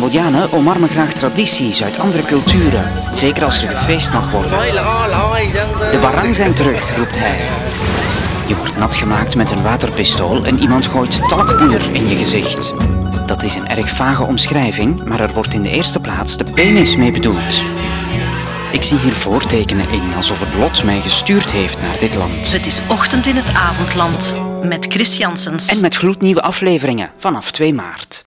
Cambodjanen omarmen graag tradities uit andere culturen, zeker als er gefeest mag worden. De barang zijn terug, roept hij. Je wordt nat gemaakt met een waterpistool en iemand gooit talkpoeder in je gezicht. Dat is een erg vage omschrijving, maar er wordt in de eerste plaats de penis mee bedoeld. Ik zie hier voortekenen in, alsof het lot mij gestuurd heeft naar dit land. Het is ochtend in het avondland, met Chris Janssens. En met gloednieuwe afleveringen vanaf 2 maart.